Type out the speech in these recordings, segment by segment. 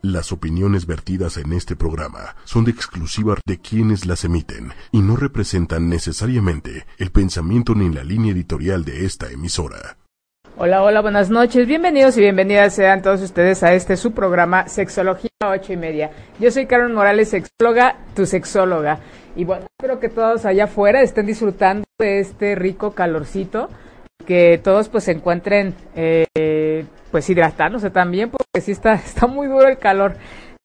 Las opiniones vertidas en este programa son de exclusiva de quienes las emiten y no representan necesariamente el pensamiento ni la línea editorial de esta emisora. Hola, buenas noches, bienvenidos y bienvenidas sean todos ustedes a su programa Sexología 8:30. Yo soy Carmen Morales, sexóloga, tu sexóloga. Y bueno, espero que todos allá afuera estén disfrutando de este rico calorcito, que todos pues se encuentren pues hidratándose también, porque sí está muy duro el calor.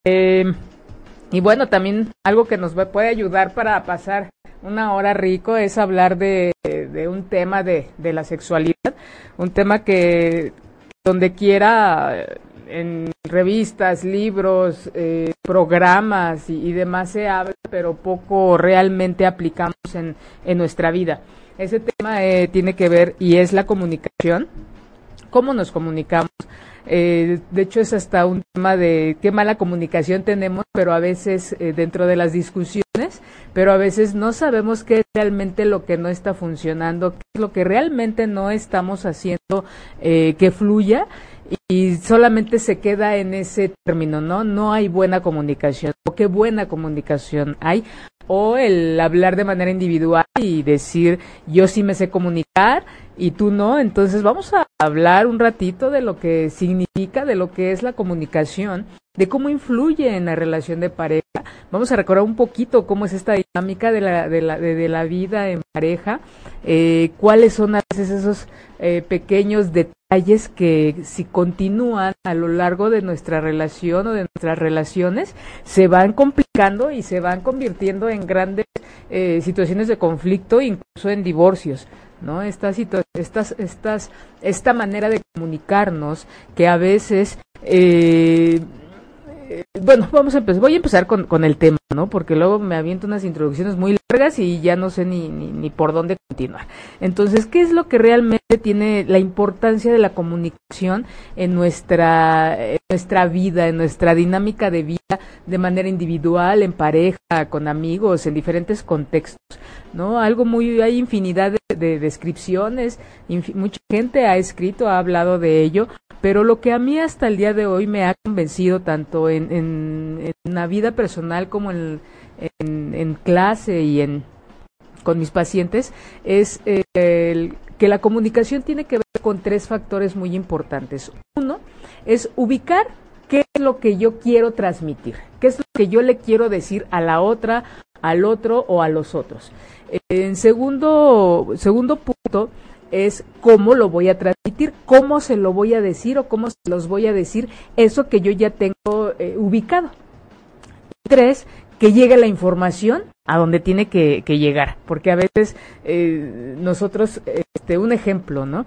Y bueno, también algo que nos puede ayudar para pasar una hora rico es hablar de un tema de la sexualidad, un tema que donde quiera, en revistas, libros, programas y demás se habla, pero poco realmente aplicamos en nuestra vida. Ese tema tiene que ver y es la comunicación, cómo nos comunicamos. De hecho es hasta un tema de qué mala comunicación tenemos, pero a veces dentro de las discusiones, pero a veces no sabemos qué es realmente lo que no está funcionando, qué es lo que realmente no estamos haciendo que fluya, y solamente se queda en ese término, no hay buena comunicación, o qué buena comunicación hay, o el hablar de manera individual y decir yo sí me sé comunicar y tú no. Entonces vamos a hablar un ratito de lo que significa, de lo que es la comunicación, de cómo influye en la relación de pareja. Vamos a recordar un poquito cómo es esta dinámica de la vida en pareja, cuáles son a veces esos pequeños detalles que si continúan a lo largo de nuestra relación o de nuestras relaciones se van complicando y se van convirtiendo en grandes situaciones de conflicto, incluso en divorcios, ¿no? Esta manera de comunicarnos que a veces bueno, voy a empezar con el tema, ¿no? Porque luego me aviento unas introducciones muy largas y ya no sé ni por dónde continuar. Entonces, ¿qué es lo que realmente tiene la importancia de la comunicación en nuestra vida, en nuestra dinámica de vida, de manera individual, en pareja, con amigos, en diferentes contextos, ¿no? Hay infinidad de descripciones, mucha gente ha escrito, ha hablado de ello, pero lo que a mí hasta el día de hoy me ha convencido tanto en la vida personal como en clase y con mis pacientes es que la comunicación tiene que ver con 3 factores muy importantes. Uno es ubicar qué es lo que yo quiero transmitir, qué es lo que yo le quiero decir a la otra, al otro o a los otros. En segundo punto es cómo lo voy a transmitir, cómo se lo voy a decir o cómo se los voy a decir, eso que yo ya tengo ubicado. 3, que llegue la información a donde tiene que llegar, porque a veces nosotros, un ejemplo, ¿no?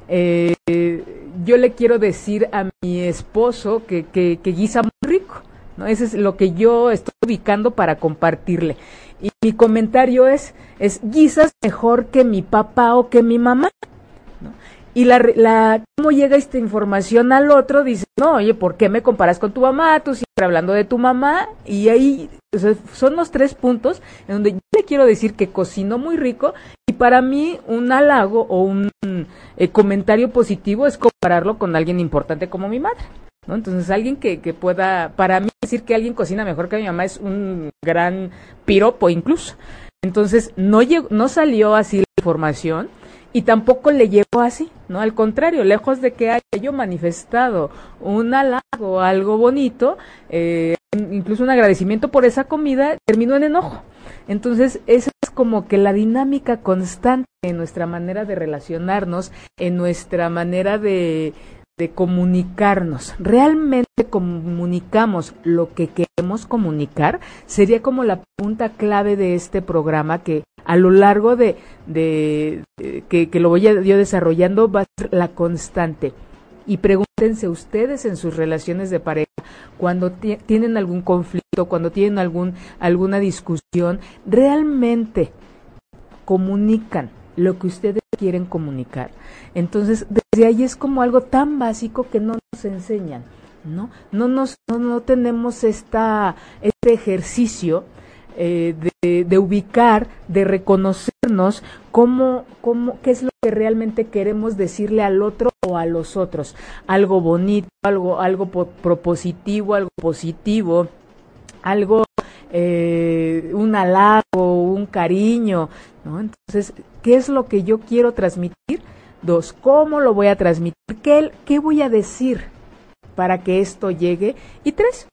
Yo le quiero decir a mi esposo que guisa muy rico, ¿no? Ese es lo que yo estoy ubicando para compartirle. Y mi comentario es guisas mejor que mi papá o que mi mamá, ¿no? Y cómo llega esta información al otro, dice, no, oye, ¿por qué me comparas con tu mamá? Tú siempre hablando de tu mamá. Y ahí, o sea, son los 3 puntos en donde yo le quiero decir que cocinó muy rico, y para mí un halago o un comentario positivo es compararlo con alguien importante como mi madre, ¿no? Entonces alguien que pueda, para mí decir que alguien cocina mejor que mi mamá es un gran piropo incluso. Entonces no salió así la información y tampoco le llegó así, ¿no? Al contrario, lejos de que haya yo manifestado un halago, algo bonito, incluso un agradecimiento por esa comida, terminó en enojo. Entonces esa es como que la dinámica constante en nuestra manera de relacionarnos, en nuestra manera de comunicarnos. ¿Realmente comunicamos lo que queremos comunicar? Sería como la punta clave de este programa, que a lo largo que lo voy yo desarrollando va a ser la constante. Y pregúntense ustedes en sus relaciones de pareja, cuando tienen algún conflicto, cuando tienen alguna discusión, ¿realmente comunican lo que ustedes quieren comunicar? Entonces, desde ahí es como algo tan básico que no nos enseñan, ¿no? No tenemos este ejercicio de ubicar, de reconocernos qué es lo que realmente queremos decirle al otro o a los otros? Algo bonito, algo propositivo, algo positivo, algo, un halago, un cariño, ¿no? Entonces, ¿qué es lo que yo quiero transmitir? 2, ¿cómo lo voy a transmitir? ¿Qué voy a decir para que esto llegue? Y 3,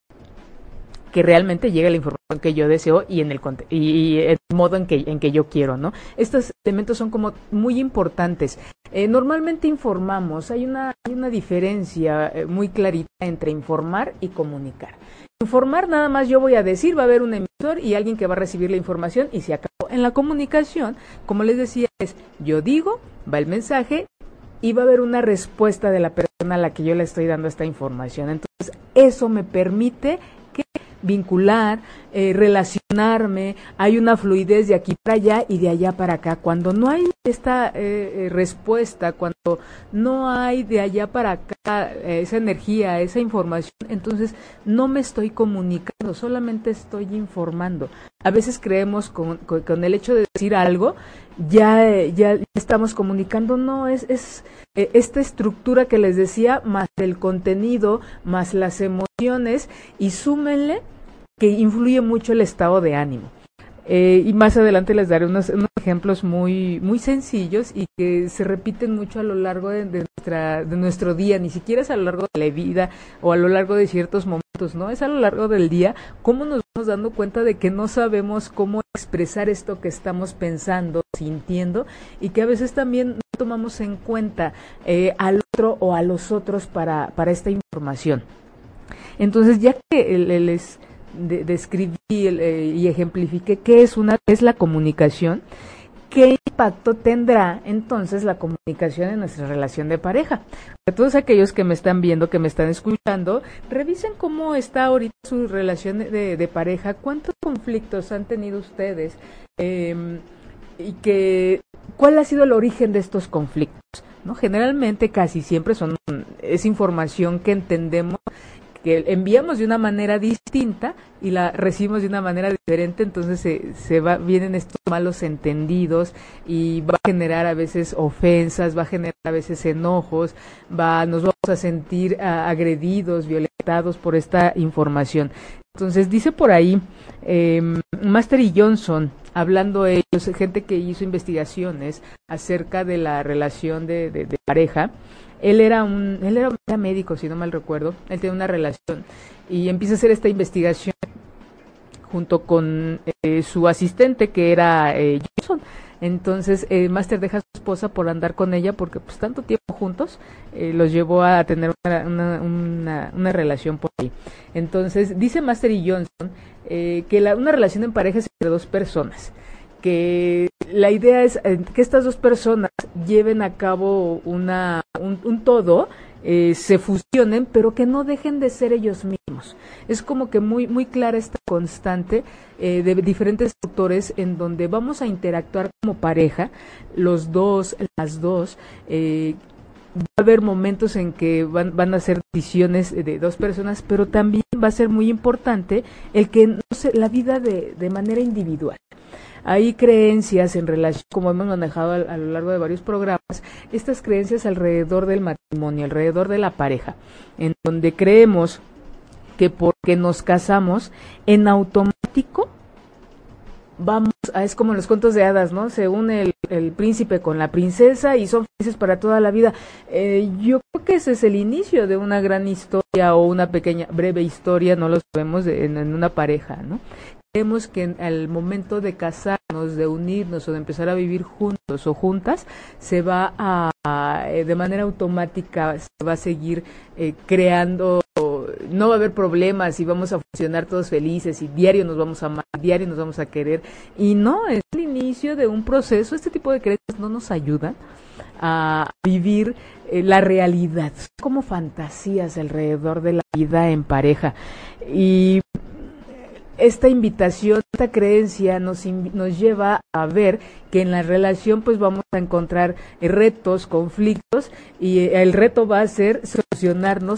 que realmente llegue la información que yo deseo y en el modo en que yo quiero, ¿no? Estos elementos son como muy importantes. Normalmente informamos, hay una diferencia muy clarita entre informar y comunicar. Informar nada más yo voy a decir, va a haber un emisor y alguien que va a recibir la información y se acabó. En la comunicación, como les decía, es yo digo, va el mensaje y va a haber una respuesta de la persona a la que yo le estoy dando esta información. Entonces, eso me permite vincular, relacionarme, hay una fluidez de aquí para allá y de allá para acá. Cuando no hay esta respuesta, cuando no hay de allá para acá esa energía, esa información, entonces no me estoy comunicando, solamente estoy informando. A veces creemos con el hecho de decir algo, ya estamos comunicando. No, es esta estructura que les decía, más el contenido, más las emociones, y súmenle que influye mucho el estado de ánimo. Y más adelante les daré unos ejemplos muy muy sencillos y que se repiten mucho a lo largo de nuestro día. Ni siquiera es a lo largo de la vida o a lo largo de ciertos momentos, ¿no? Es a lo largo del día cómo nos vamos dando cuenta de que no sabemos cómo expresar esto que estamos pensando, sintiendo, y que a veces también no tomamos en cuenta al otro o a los otros para esta información. Entonces, ya que les describí y ejemplifiqué qué es la comunicación, ¿qué impacto tendrá entonces la comunicación en nuestra relación de pareja? Para todos aquellos que me están viendo, que me están escuchando, revisen cómo está ahorita su relación de pareja, cuántos conflictos han tenido ustedes, y cuál ha sido el origen de estos conflictos, ¿no? Generalmente, casi siempre es información que entendemos, que enviamos de una manera distinta y la recibimos de una manera diferente. Entonces vienen estos malos entendidos y va a generar a veces ofensas, va a generar a veces enojos, nos vamos a sentir agredidos, violentados por esta información. Entonces dice por ahí Master y Johnson, hablando ellos, gente que hizo investigaciones acerca de la relación de pareja. Él era médico, si no mal recuerdo. Él tenía una relación y empieza a hacer esta investigación junto con su asistente, que era Johnson. Entonces Master deja a su esposa por andar con ella, porque pues tanto tiempo juntos los llevó a tener una relación por ahí. Entonces dice Master y Johnson que una relación en pareja es entre dos personas, que la idea es que estas dos personas lleven a cabo un todo, se fusionen, pero que no dejen de ser ellos mismos. Es como que muy muy clara esta constante de diferentes autores, en donde vamos a interactuar como pareja, los dos, las dos. Va a haber momentos en que van a ser decisiones de dos personas, pero también va a ser muy importante el que la vida de manera individual. Hay creencias en relación, como hemos manejado a lo largo de varios programas, estas creencias alrededor del matrimonio, alrededor de la pareja, en donde creemos que porque nos casamos, en automático es como en los cuentos de hadas, ¿no? Se une el príncipe con la princesa y son felices para toda la vida. Yo creo que ese es el inicio de una gran historia o una pequeña, breve historia, no lo sabemos, en una pareja, ¿no? Creemos que al momento de casarnos, de unirnos o de empezar a vivir juntos o juntas, se va de manera automática, se va a seguir creando, no va a haber problemas y vamos a funcionar todos felices y diario nos vamos a amar, diario nos vamos a querer. Y no, es el inicio de un proceso. Este tipo de creencias no nos ayudan a vivir la realidad, son como fantasías alrededor de la vida en pareja. Y esta invitación, esta creencia nos lleva a ver que en la relación pues vamos a encontrar retos, conflictos, y el reto va a ser solucionarnos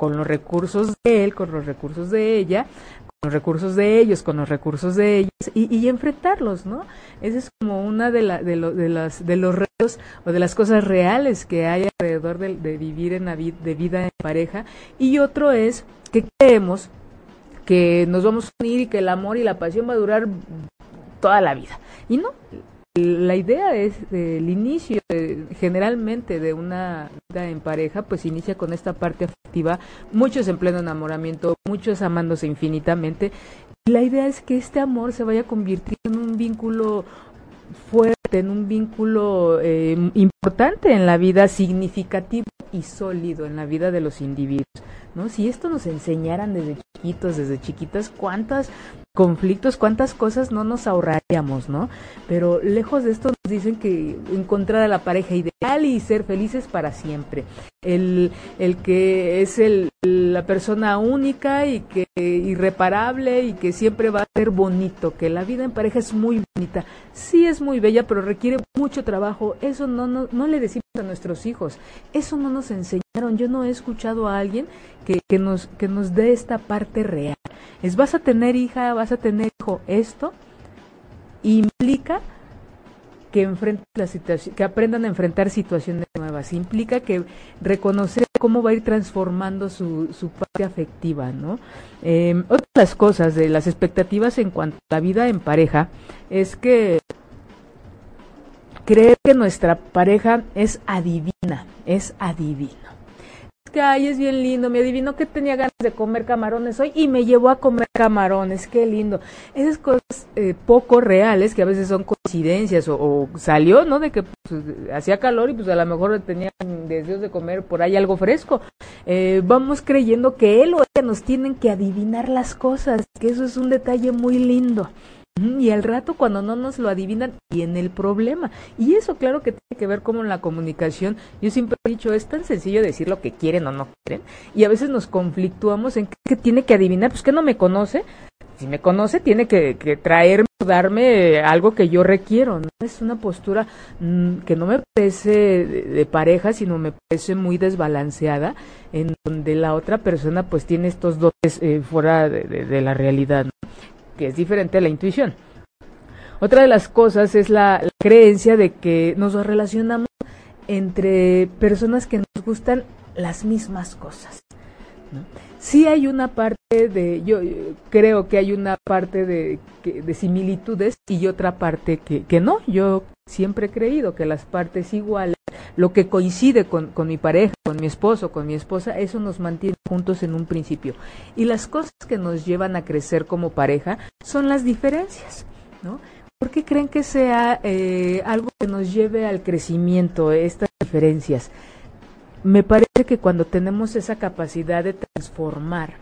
con los recursos de él, con los recursos de ella, con los recursos de ellos, con los recursos de ellas, y enfrentarlos, ¿no? Esa es como una de los retos o de las cosas reales que hay alrededor de vivir de vida en pareja. Y otro es que creemos que nos vamos a unir y que el amor y la pasión va a durar toda la vida. Y no, la idea es el inicio generalmente de una vida en pareja, pues inicia con esta parte afectiva, muchos en pleno enamoramiento, muchos amándose infinitamente. La idea es que este amor se vaya convirtiendo en un vínculo fuerte, en un vínculo importante en la vida, significativo y sólido en la vida de los individuos, ¿no? Si esto nos enseñaran desde chiquitos, desde chiquitas, cuántos conflictos, cuántas cosas no nos ahorraríamos, ¿no? Pero lejos de esto nos dicen que encontrar a la pareja ideal y ser felices para siempre. El que es la persona única y que irreparable y que siempre va a ser bonito, que la vida en pareja es muy bonita. Sí es muy bella, pero requiere mucho trabajo. Eso no le decimos a nuestros hijos. Eso no nos enseñaron. Yo no he escuchado a alguien que nos dé esta parte real. Vas a tener hija, vas a tener hijo. Esto implica que enfrenten la situación, que aprendan a enfrentar situaciones nuevas. Implica que reconocer cómo va a ir transformando su parte afectiva, ¿no? Otra de las cosas de las expectativas en cuanto a la vida en pareja es que creer que nuestra pareja es adivina. Que ay, es bien lindo, me adivinó que tenía ganas de comer camarones hoy y me llevó a comer camarones, qué lindo. Esas cosas poco reales, que a veces son coincidencias o salió, ¿no? De que pues, hacía calor y pues a lo mejor tenía deseos de comer por ahí algo fresco. Vamos creyendo que él o ella nos tienen que adivinar las cosas, que eso es un detalle muy lindo. Y al rato cuando no nos lo adivinan viene el problema. Y eso claro que tiene que ver como en la comunicación. Yo siempre he dicho, es tan sencillo decir lo que quieren o no quieren. Y a veces nos conflictuamos en que tiene que adivinar, pues que no me conoce. Si me conoce tiene que traerme, darme algo que yo requiero, ¿no? Es una postura que no me parece de pareja, sino me parece muy desbalanceada, en donde la otra persona pues tiene estos dotes fuera de la realidad, ¿no? Que es diferente a la intuición. Otra de las cosas es la creencia de que nos relacionamos entre personas que nos gustan las mismas cosas, ¿no? Sí hay una parte yo creo que hay una parte de similitudes y otra parte que no. Yo siempre he creído que las partes iguales, lo que coincide con mi pareja, con mi esposo, con mi esposa, eso nos mantiene juntos en un principio. Y las cosas que nos llevan a crecer como pareja son las diferencias, ¿no? ¿Por qué creen que sea algo que nos lleve al crecimiento, estas diferencias? Me parece que cuando tenemos esa capacidad de transformar,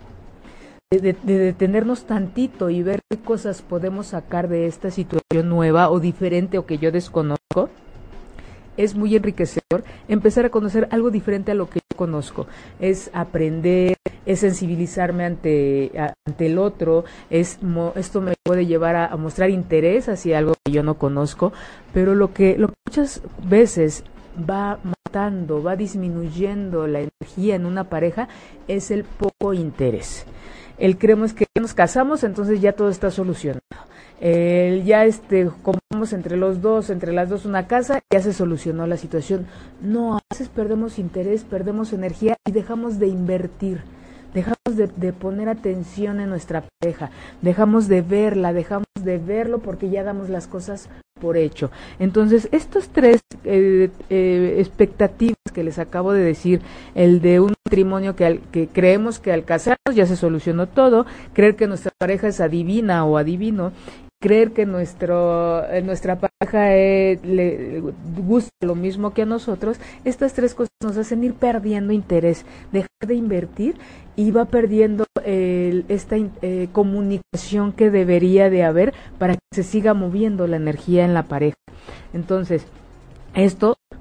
de detenernos tantito y ver qué cosas podemos sacar de esta situación nueva o diferente o que yo desconozco, es muy enriquecedor empezar a conocer algo diferente a lo que yo conozco. Es aprender, es sensibilizarme ante el otro, esto me puede llevar a mostrar interés hacia algo que yo no conozco, pero lo que muchas veces va matando, va disminuyendo la energía en una pareja es el poco interés. Creemos que nos casamos, entonces ya todo está solucionado. Compramos entre las dos una casa, ya se solucionó la situación. No, a veces perdemos interés, perdemos energía y dejamos de invertir. Dejamos de poner atención en nuestra pareja, dejamos de verla, dejamos de verlo porque ya damos las cosas por hecho. Entonces, estos tres expectativas que les acabo de decir, el de un matrimonio que creemos que al casarnos ya se solucionó todo, creer que nuestra pareja es adivina o adivino, creer que nuestra pareja le gusta lo mismo que a nosotros, estas tres cosas nos hacen ir perdiendo interés, dejar de invertir y va perdiendo esta comunicación que debería de haber para que se siga moviendo la energía en la pareja. Entonces, esto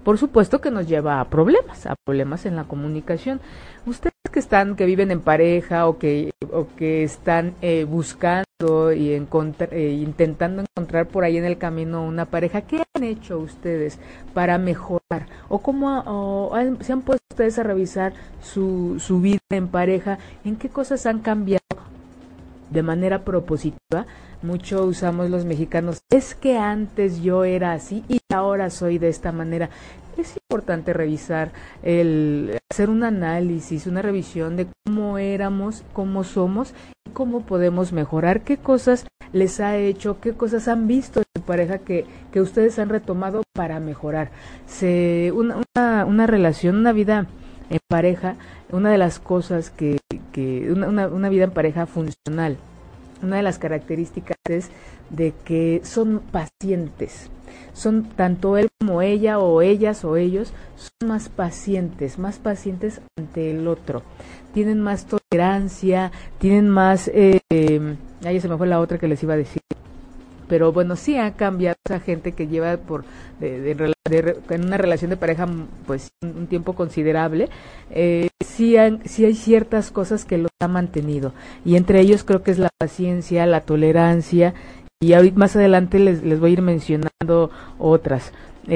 por supuesto que nos lleva a problemas en la comunicación. Ustedes que viven en pareja o que están buscando y intentando encontrar por ahí en el camino una pareja, ¿qué han hecho ustedes para mejorar? ¿O se han puesto ustedes a revisar su vida en pareja? ¿En qué cosas han cambiado de manera propositiva? Mucho usamos los mexicanos, es que antes yo era así y ahora soy de esta manera. Es importante revisar, hacer un análisis, una revisión de cómo éramos, cómo somos y cómo podemos mejorar, qué cosas les ha hecho, qué cosas han visto en su pareja que ustedes han retomado para mejorar. Una relación, una vida en pareja, una de las cosas una vida en pareja funcional, una de las características es de que son pacientes. Son tanto él como ella, o ellas o ellos, son más pacientes ante el otro. Tienen más tolerancia, tienen más... ya se me fue la otra que les iba a decir. Pero bueno, sí ha cambiado esa gente que lleva en una relación de pareja pues un tiempo considerable. Sí hay ciertas cosas que los ha mantenido, y entre ellos creo que es la paciencia, la tolerancia, y ahorita más adelante les voy a ir mencionando otras.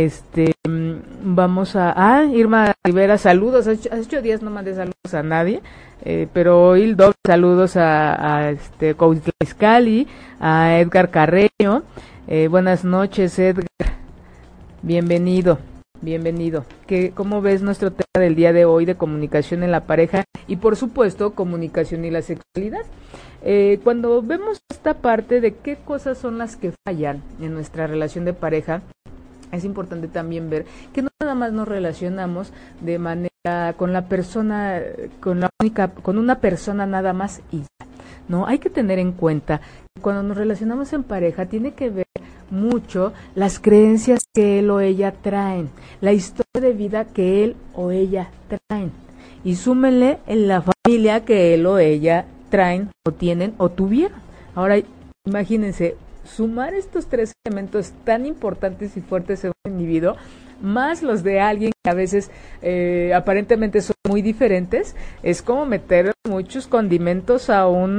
Vamos a Irma Rivera, saludos. Hace 8 días no mandé saludos a nadie, pero hoy doble saludos a Cuautla Izcalli, a Edgar Carreño. Buenas noches, Edgar, bienvenido. ¿Cómo ves nuestro tema del día de hoy de comunicación en la pareja y por supuesto comunicación y la sexualidad? Cuando vemos esta parte de qué cosas son las que fallan en nuestra relación de pareja, es importante también ver que no nada más nos relacionamos de manera con la persona, con una persona nada más y ya. No, hay que tener en cuenta que cuando nos relacionamos en pareja tiene que ver mucho las creencias que él o ella traen, la historia de vida que él o ella traen, y súmenle en la familia que él o ella traen o tienen o tuvieron. Ahora imagínense sumar estos 3 elementos tan importantes y fuertes en un individuo, más los de alguien que a veces aparentemente son muy diferentes, es como meter muchos condimentos a un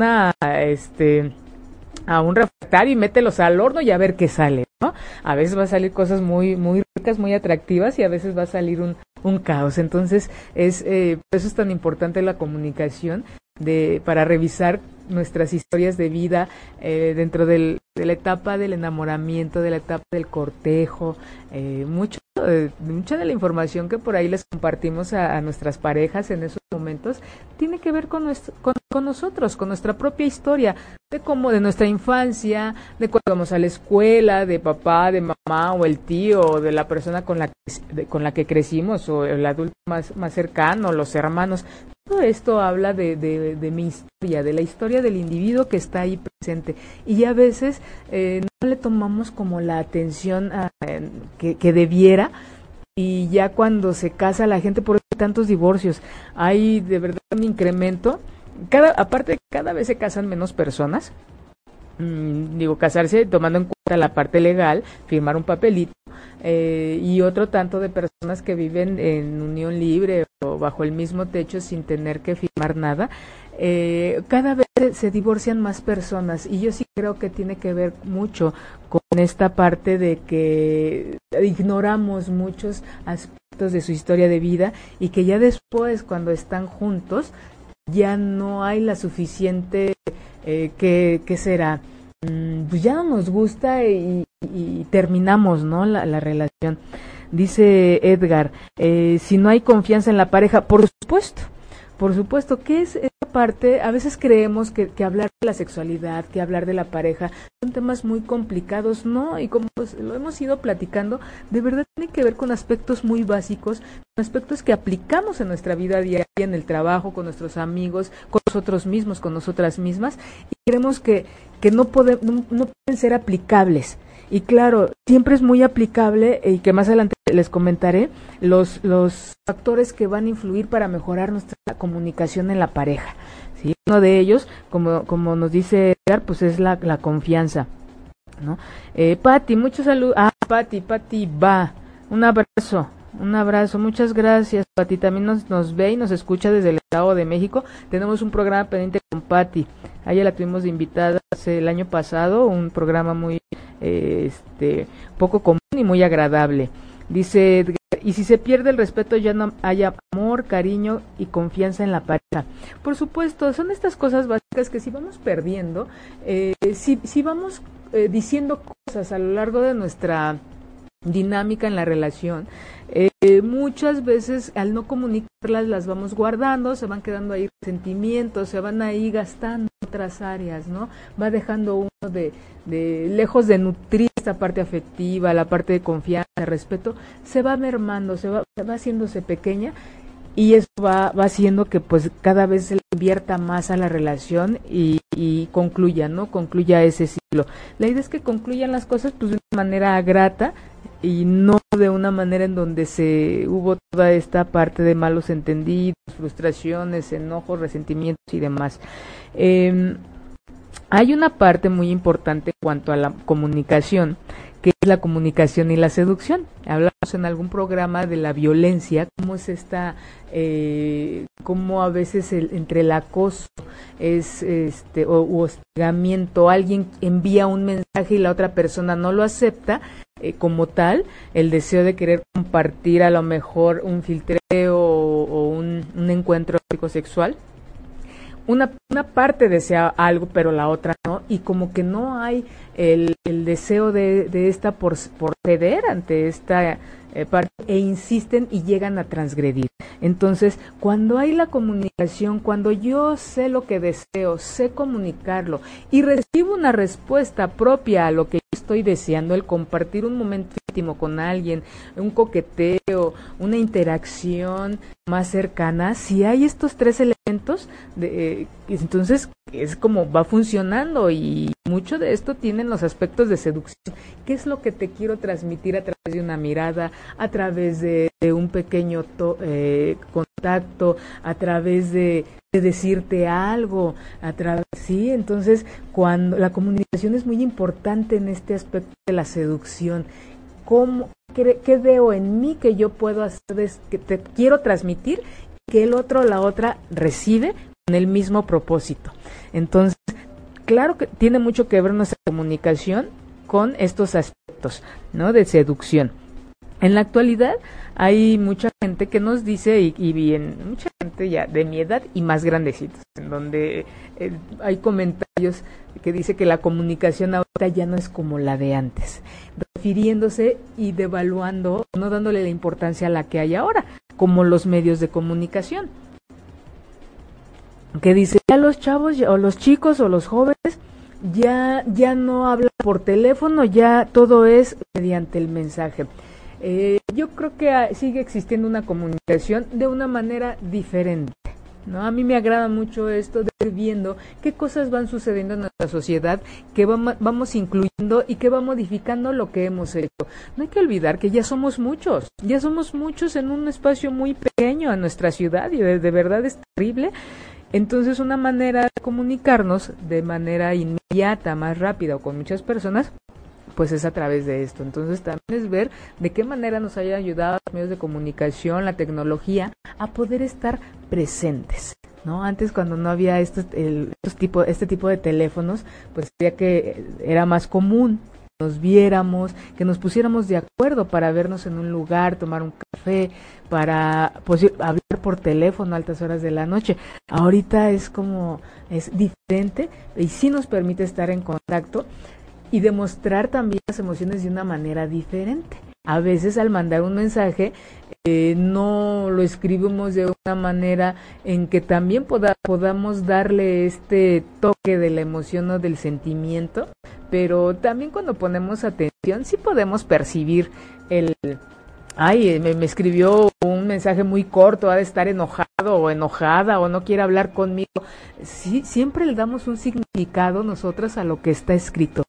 refractario y mételos al horno y a ver qué sale, ¿no? A veces va a salir cosas muy muy ricas, muy atractivas, y a veces va a salir un caos. Entonces por eso es tan importante la comunicación para revisar nuestras historias de vida dentro de la etapa del enamoramiento, de la etapa del cortejo. Mucha de la información que por ahí les compartimos a nuestras parejas en esos momentos tiene que ver con nosotros, con nuestra propia historia, de nuestra infancia, de cuando vamos a la escuela, de papá, de mamá o el tío, o de la persona con la que crecimos, o el adulto más cercano, los hermanos. Todo esto habla de mi historia, de la historia del individuo que está ahí presente, y a veces no le tomamos como la atención que debiera, y ya cuando se casa la gente, por tantos divorcios, hay de verdad un incremento. Aparte, cada vez se casan menos personas. Casarse tomando en cuenta la parte legal, firmar un papelito, y otro tanto de personas que viven en unión libre o bajo el mismo techo sin tener que firmar nada. Cada vez se divorcian más personas, y yo sí creo que tiene que ver mucho con esta parte de que ignoramos muchos aspectos de su historia de vida, y que ya después, cuando están juntos, ya no hay la suficiente ¿qué será? Pues ya no nos gusta y terminamos, ¿no? La relación. Dice Edgar, si no hay confianza en la pareja, por supuesto, ¿qué es esa parte? A veces creemos que hablar de la sexualidad, que hablar de la pareja, son temas muy complicados, ¿no? Y como lo hemos ido platicando, de verdad tiene que ver con aspectos muy básicos, con aspectos que aplicamos en nuestra vida diaria, en el trabajo, con nuestros amigos, con nosotros mismos, con nosotras mismas, y creemos que no pueden ser aplicables. Y claro, siempre es muy aplicable, y que más adelante les comentaré los factores que van a influir para mejorar nuestra comunicación en la pareja, ¿sí? Uno de ellos, como nos dice Edgar, pues es la confianza, ¿no? Pati, muchos saludos. Pati va, un abrazo. Un abrazo, muchas gracias. Pati también nos ve y nos escucha desde el Estado de México. Tenemos un programa pendiente con Pati. A ella la tuvimos de invitada el año pasado, un programa muy poco común y muy agradable. Dice, y si se pierde el respeto ya no hay amor, cariño y confianza en la pareja. Por supuesto, son estas cosas básicas que si vamos perdiendo, si vamos diciendo cosas a lo largo de nuestra dinámica en la relación, muchas veces al no comunicarlas las vamos guardando, se van quedando ahí sentimientos, se van ahí gastando en otras áreas, ¿no? Va dejando uno de lejos de nutrir esta parte afectiva, la parte de confianza, respeto, se va mermando, se va haciéndose pequeña, y eso va haciendo que pues cada vez se le invierta más a la relación y concluya ese ciclo. La idea es que concluyan las cosas pues de una manera grata y no de una manera en donde hubo toda esta parte de malos entendidos, frustraciones, enojos, resentimientos y demás. Hay una parte muy importante en cuanto a la comunicación, que es la comunicación y la seducción. Hablamos en algún programa de la violencia, cómo es cómo a veces entre el acoso es u hostigamiento, alguien envía un mensaje y la otra persona no lo acepta como tal, el deseo de querer compartir a lo mejor un filtreo o un encuentro sexual. Una parte desea algo, pero la otra no, y como que no hay el deseo de esta por ceder ante esta parte, e insisten y llegan a transgredir. Entonces, cuando hay la comunicación, cuando yo sé lo que deseo, sé comunicarlo y recibo una respuesta propia a lo que yo estoy deseando, el compartir un momento íntimo con alguien, un coqueteo, una interacción más cercana, si hay estos tres elementos, entonces es como va funcionando, y mucho de esto tienen los aspectos de seducción. ¿Qué es lo que te quiero transmitir a través de una mirada, a través de un pequeño contacto, a través de decirte algo, sí? Entonces, cuando la comunicación es muy importante en este aspecto de la seducción. ¿Qué veo en mí que yo puedo hacer, que te quiero transmitir, que el otro o la otra recibe con el mismo propósito? Entonces, claro que tiene mucho que ver nuestra comunicación con estos aspectos, ¿no?, de seducción. En la actualidad hay mucha gente que nos dice, y bien, mucha gente ya de mi edad y más grandecitos, en donde hay comentarios que dice que la comunicación ahorita ya no es como la de antes, refiriéndose y devaluando, no dándole la importancia a la que hay ahora, como los medios de comunicación. Que dice, ya los chavos o los chicos o los jóvenes ya no hablan por teléfono, ya todo es mediante el mensaje. Yo creo que sigue existiendo una comunicación de una manera diferente, ¿no? A mí me agrada mucho esto de ir viendo qué cosas van sucediendo en nuestra sociedad, que vamos incluyendo y que va modificando lo que hemos hecho. No hay que olvidar que ya somos muchos en un espacio muy pequeño en nuestra ciudad, y de verdad es terrible. Entonces, una manera de comunicarnos de manera inmediata, más rápida o con muchas personas, pues es a través de esto. Entonces también es ver de qué manera nos haya ayudado los medios de comunicación, la tecnología, a poder estar presentes, ¿no? Antes, cuando no había este tipo de teléfonos, pues ya que era más común que nos viéramos, que nos pusiéramos de acuerdo para vernos en un lugar, tomar un café, para hablar por teléfono a altas horas de la noche. Ahorita es diferente, y sí nos permite estar en contacto y demostrar también las emociones de una manera diferente. A veces, al mandar un mensaje, no lo escribimos de una manera en que también podamos darle este toque de la emoción o del sentimiento, pero también cuando ponemos atención sí podemos percibir me escribió un mensaje muy corto, ha de estar enojado o enojada, o no quiere hablar conmigo. Sí, siempre le damos un significado nosotras a lo que está escrito.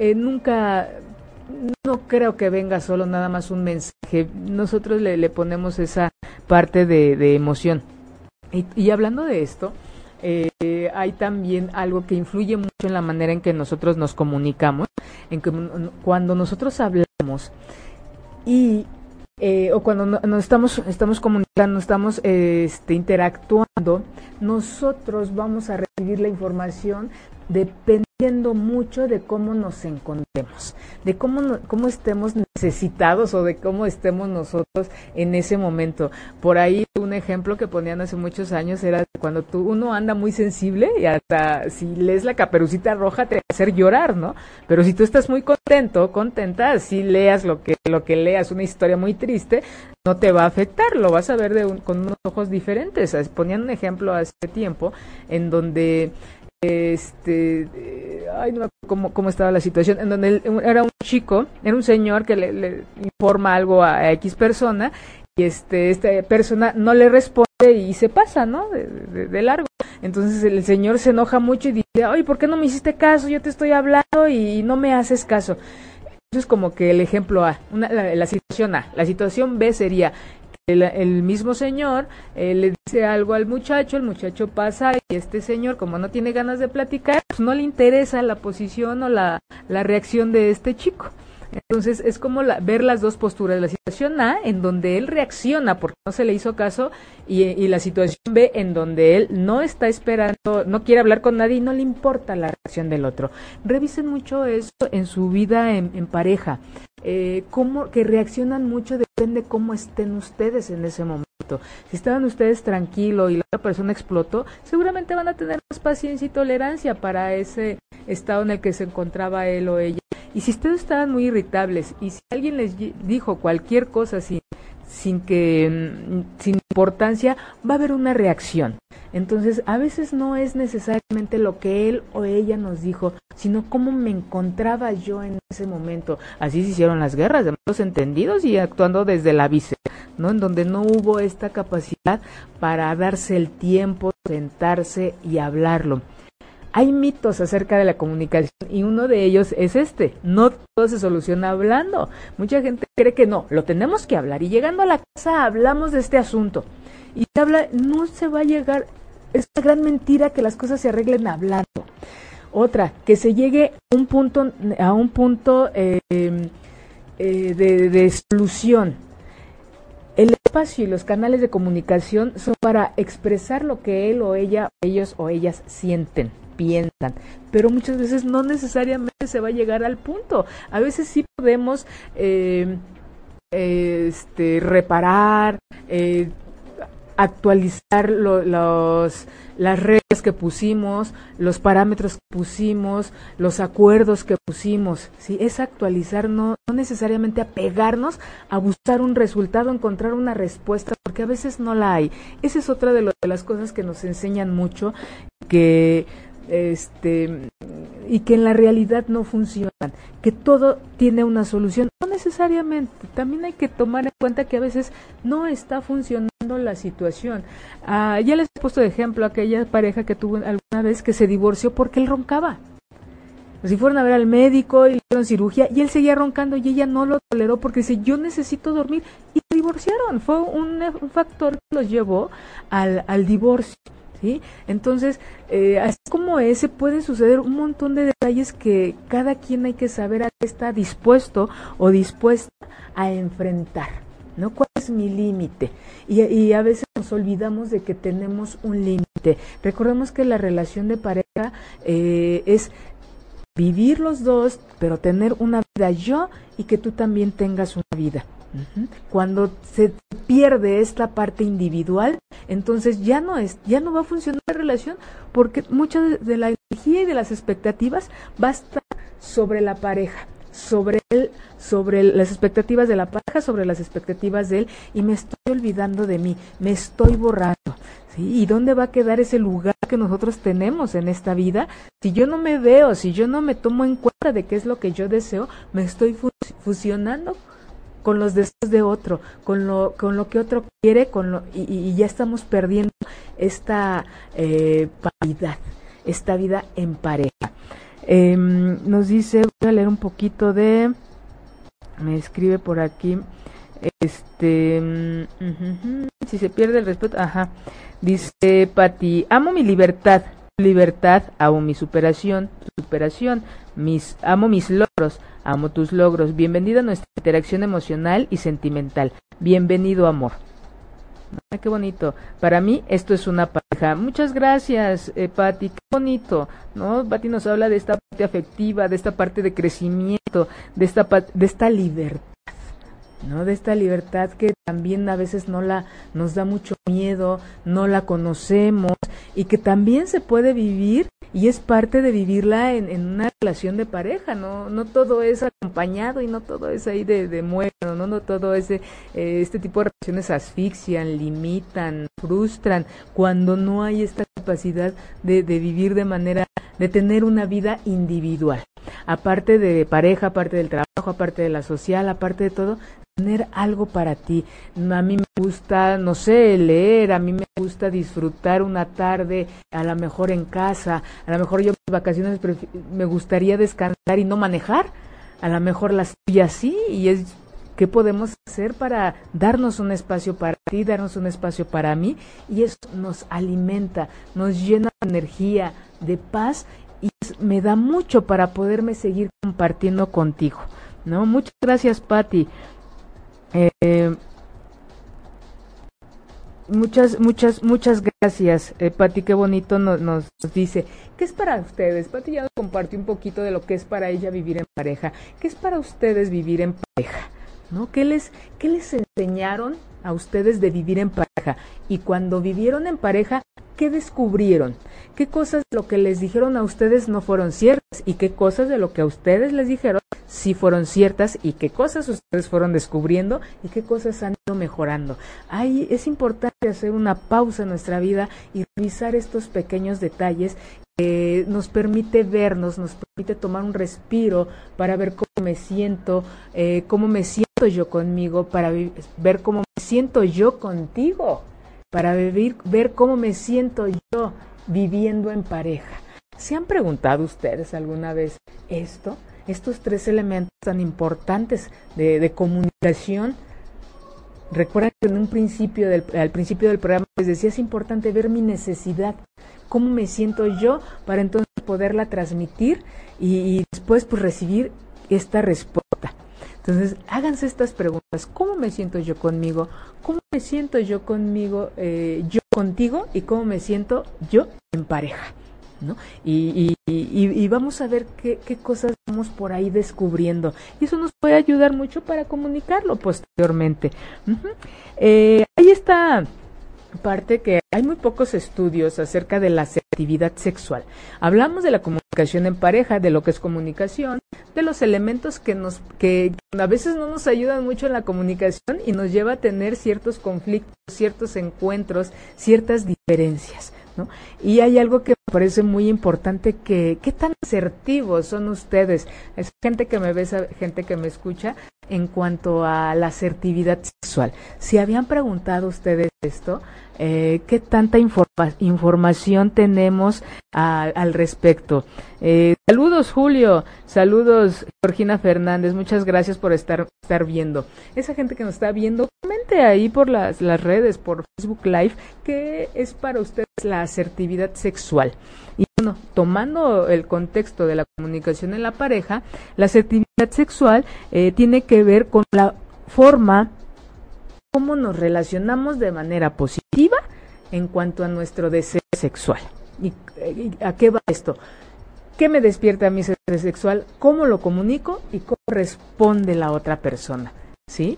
No creo que venga solo nada más un mensaje. Nosotros le ponemos esa parte de emoción. Y hablando de esto, hay también algo que influye mucho en la manera en que nosotros nos comunicamos, en que cuando nosotros hablamos y o cuando nos estamos comunicando, estamos interactuando, nosotros vamos a recibir la información dependiendo mucho de cómo nos encontremos, de cómo estemos necesitados o de cómo estemos nosotros en ese momento. Por ahí un ejemplo que ponían hace muchos años era cuando uno anda muy sensible y hasta si lees la Caperucita Roja te va a hacer llorar, ¿no? Pero si tú estás muy contenta, si leas lo que leas, una historia muy triste, no te va a afectar, lo vas a ver con unos ojos diferentes. Ponían un ejemplo hace tiempo en donde ay, no me acuerdo cómo estaba la situación, en donde era un señor que le informa algo a X persona y esta persona no le responde y se pasa, ¿no? De largo. Entonces el señor se enoja mucho y dice, oye, ¿por qué no me hiciste caso? Yo te estoy hablando y no me haces caso. Eso es como que el ejemplo A, la situación A. La situación B sería el mismo señor le dice algo al muchacho, el muchacho pasa y este señor, como no tiene ganas de platicar, pues no le interesa la posición o la reacción de este chico. Entonces es como ver las dos posturas, la situación A en donde él reacciona porque no se le hizo caso y la situación B en donde él no está esperando, no quiere hablar con nadie y no le importa la reacción del otro. Revisen mucho eso en su vida en pareja, cómo que reaccionan mucho, depende cómo estén ustedes en ese momento. Si estaban ustedes tranquilos y la otra persona explotó, seguramente van a tener más paciencia y tolerancia para ese estado en el que se encontraba él o ella. Y si ustedes estaban muy irritables y si alguien les dijo cualquier cosa sin importancia, va a haber una reacción. Entonces, a veces no es necesariamente lo que él o ella nos dijo, sino cómo me encontraba yo en ese momento. Así se hicieron las guerras de malos entendidos y actuando desde la víscera, ¿no? En donde no hubo esta capacidad para darse el tiempo, sentarse y hablarlo. Hay mitos acerca de la comunicación y uno de ellos es no todo se soluciona hablando. Mucha gente cree que no, lo tenemos que hablar y llegando a la casa hablamos de este asunto. Y no se va a llegar, es una gran mentira que las cosas se arreglen hablando. Otra, que se llegue a un punto de solución. El espacio y los canales de comunicación son para expresar lo que él o ella, ellos o ellas sienten, piensan, pero muchas veces no necesariamente se va a llegar al punto. A veces sí podemos reparar, actualizar las reglas que pusimos, los parámetros que pusimos, los acuerdos que pusimos, ¿sí? Es actualizar, no necesariamente apegarnos a buscar un resultado, encontrar una respuesta, porque a veces no la hay. Esa es otra de las cosas que nos enseñan mucho, que y que en la realidad no funcionan, que todo tiene una solución, no necesariamente. También hay que tomar en cuenta que a veces no está funcionando la situación. Ya les he puesto de ejemplo aquella pareja que tuvo alguna vez que se divorció porque él roncaba. Si fueron a ver al médico y le hicieron cirugía y él seguía roncando y ella no lo toleró porque dice, yo necesito dormir, y se divorciaron. Fue un factor que los llevó al divorcio. ¿Sí? Entonces, así como ese, pueden suceder un montón de detalles que cada quien hay que saber a qué está dispuesto o dispuesta a enfrentar, ¿no? ¿Cuál es mi límite? Y a veces nos olvidamos de que tenemos un límite. Recordemos que la relación de pareja es vivir los dos, pero tener una vida yo y que tú también tengas una vida. Cuando se pierde esta parte individual, entonces ya no va a funcionar la relación, porque mucha de la energía y de las expectativas va a estar sobre la pareja, sobre él, sobre las expectativas de la pareja, sobre las expectativas de él, y me estoy olvidando de mí, me estoy borrando. ¿Sí? ¿Y dónde va a quedar ese lugar que nosotros tenemos en esta vida? Si yo no me veo, si yo no me tomo en cuenta de qué es lo que yo deseo, me estoy fusionando con los deseos de otro, con lo que otro quiere, y ya estamos perdiendo esta paridad, esta vida en pareja. Nos dice, voy a leer un poquito me escribe por aquí, si se pierde el respeto, dice Pati, amo mi libertad, libertad, amo mi superación, amo mis logros, amo tus logros. Bienvenido a nuestra interacción emocional y sentimental. Bienvenido, amor. Ay, qué bonito. Para mí esto es una pareja. Muchas gracias, Pati. Qué bonito, ¿no? Pati nos habla de esta parte afectiva, de esta parte de crecimiento, de esta libertad, ¿no? De esta libertad que también a veces nos da mucho miedo, no la conocemos y que también se puede vivir y es parte de vivirla en una relación de pareja, no todo es acompañado y no todo es ahí de muerto, no todo es este tipo de relaciones asfixian, limitan, frustran, cuando no hay esta capacidad de vivir de tener una vida individual, aparte de pareja, aparte del trabajo, aparte de la social, aparte de todo, tener algo para ti. A mí me gusta, no sé, leer, a mí me gusta disfrutar una tarde, a lo mejor en casa, a lo mejor yo en mis vacaciones me gustaría descansar y no manejar, a lo mejor las tuyas sí, y es ¿qué podemos hacer para darnos un espacio para ti, darnos un espacio para mí? Y eso nos alimenta, nos llena de energía, de paz, y me da mucho para poderme seguir compartiendo contigo, ¿no? Muchas gracias, Pati. Muchas gracias, Pati, qué bonito nos dice. ¿Qué es para ustedes? Pati ya nos compartió un poquito de lo que es para ella vivir en pareja. ¿Qué es para ustedes vivir en pareja? ¿No? ¿Qué les enseñaron a ustedes de vivir en pareja? Y cuando vivieron en pareja, ¿qué descubrieron? ¿Qué cosas de lo que les dijeron a ustedes no fueron ciertas? ¿Y qué cosas de lo que a ustedes les dijeron sí fueron ciertas? ¿Y qué cosas ustedes fueron descubriendo? ¿Y qué cosas han ido mejorando? Es importante hacer una pausa en nuestra vida y revisar estos pequeños detalles que nos permite vernos, nos permite tomar un respiro para ver cómo me siento yo conmigo, para ver cómo me siento yo contigo, para ver cómo me siento yo viviendo en pareja. ¿Se han preguntado ustedes alguna vez estos tres elementos tan importantes de comunicación? Recuerda que al principio del programa les decía, es importante ver mi necesidad, cómo me siento yo, para entonces poderla transmitir y después pues recibir esta respuesta. Entonces, háganse estas preguntas. ¿Cómo me siento yo conmigo? ¿Cómo me siento yo conmigo, yo contigo? ¿Y cómo me siento yo en pareja? ¿No? Y vamos a ver qué cosas vamos por ahí descubriendo. Y eso nos puede ayudar mucho para comunicarlo posteriormente. Ahí está parte que hay muy pocos estudios acerca de la asertividad sexual. Hablamos de la comunicación en pareja, de lo que es comunicación, de los elementos que a veces no nos ayudan mucho en la comunicación y nos lleva a tener ciertos conflictos, ciertos encuentros, ciertas diferencias, ¿no? Y hay algo que me parece muy importante, ¿qué tan asertivos son ustedes? Es gente que me ve, gente que me escucha, en cuanto a la asertividad sexual. Si habían preguntado ustedes esto, ¿qué tanta información tenemos al respecto? Saludos, Julio, saludos, Georgina Fernández, muchas gracias por estar viendo. Esa gente que nos está viendo, comente ahí por las redes, por Facebook Live, ¿qué es para ustedes la asertividad sexual? Y bueno, tomando el contexto de la comunicación en la pareja, la asertividad sexual tiene que ver con la forma cómo nos relacionamos de manera positiva en cuanto a nuestro deseo sexual. ¿Y a qué va esto? ¿Qué me despierta a mi deseo sexual? ¿Cómo lo comunico? ¿Y cómo responde la otra persona? ¿Sí?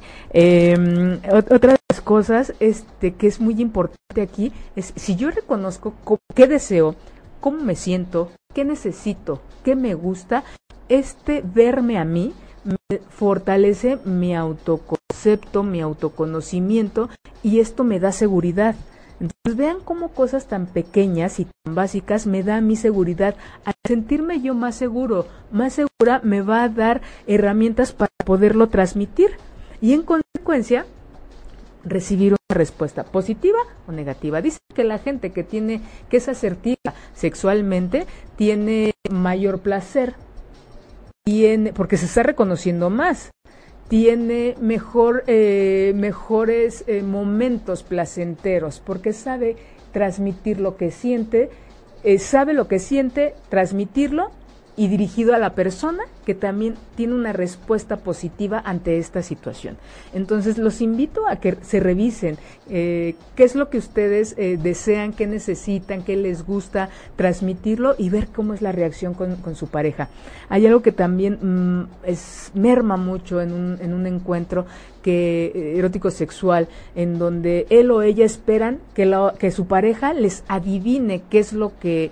Otra de las cosas que es muy importante aquí es, si yo reconozco qué deseo, cómo me siento, qué necesito, qué me gusta, verme a mí me fortalece mi autoconcepto, mi autoconocimiento, y esto me da seguridad. Entonces vean cómo cosas tan pequeñas y tan básicas me da mi seguridad. Al sentirme yo más seguro, más segura, me va a dar herramientas para poderlo transmitir y en consecuencia recibir una respuesta positiva o negativa. Dice que la gente que es asertiva sexualmente tiene mayor placer, porque se está reconociendo más, tiene mejores momentos placenteros, porque sabe transmitir lo que siente sabe lo que siente, transmitirlo y dirigido a la persona que también tiene una respuesta positiva ante esta situación. Entonces los invito a que se revisen qué es lo que ustedes desean, qué necesitan, qué les gusta, transmitirlo y ver cómo es la reacción con su pareja. Hay algo que también merma mucho en un encuentro erótico sexual, en donde él o ella esperan que su pareja les adivine qué es lo que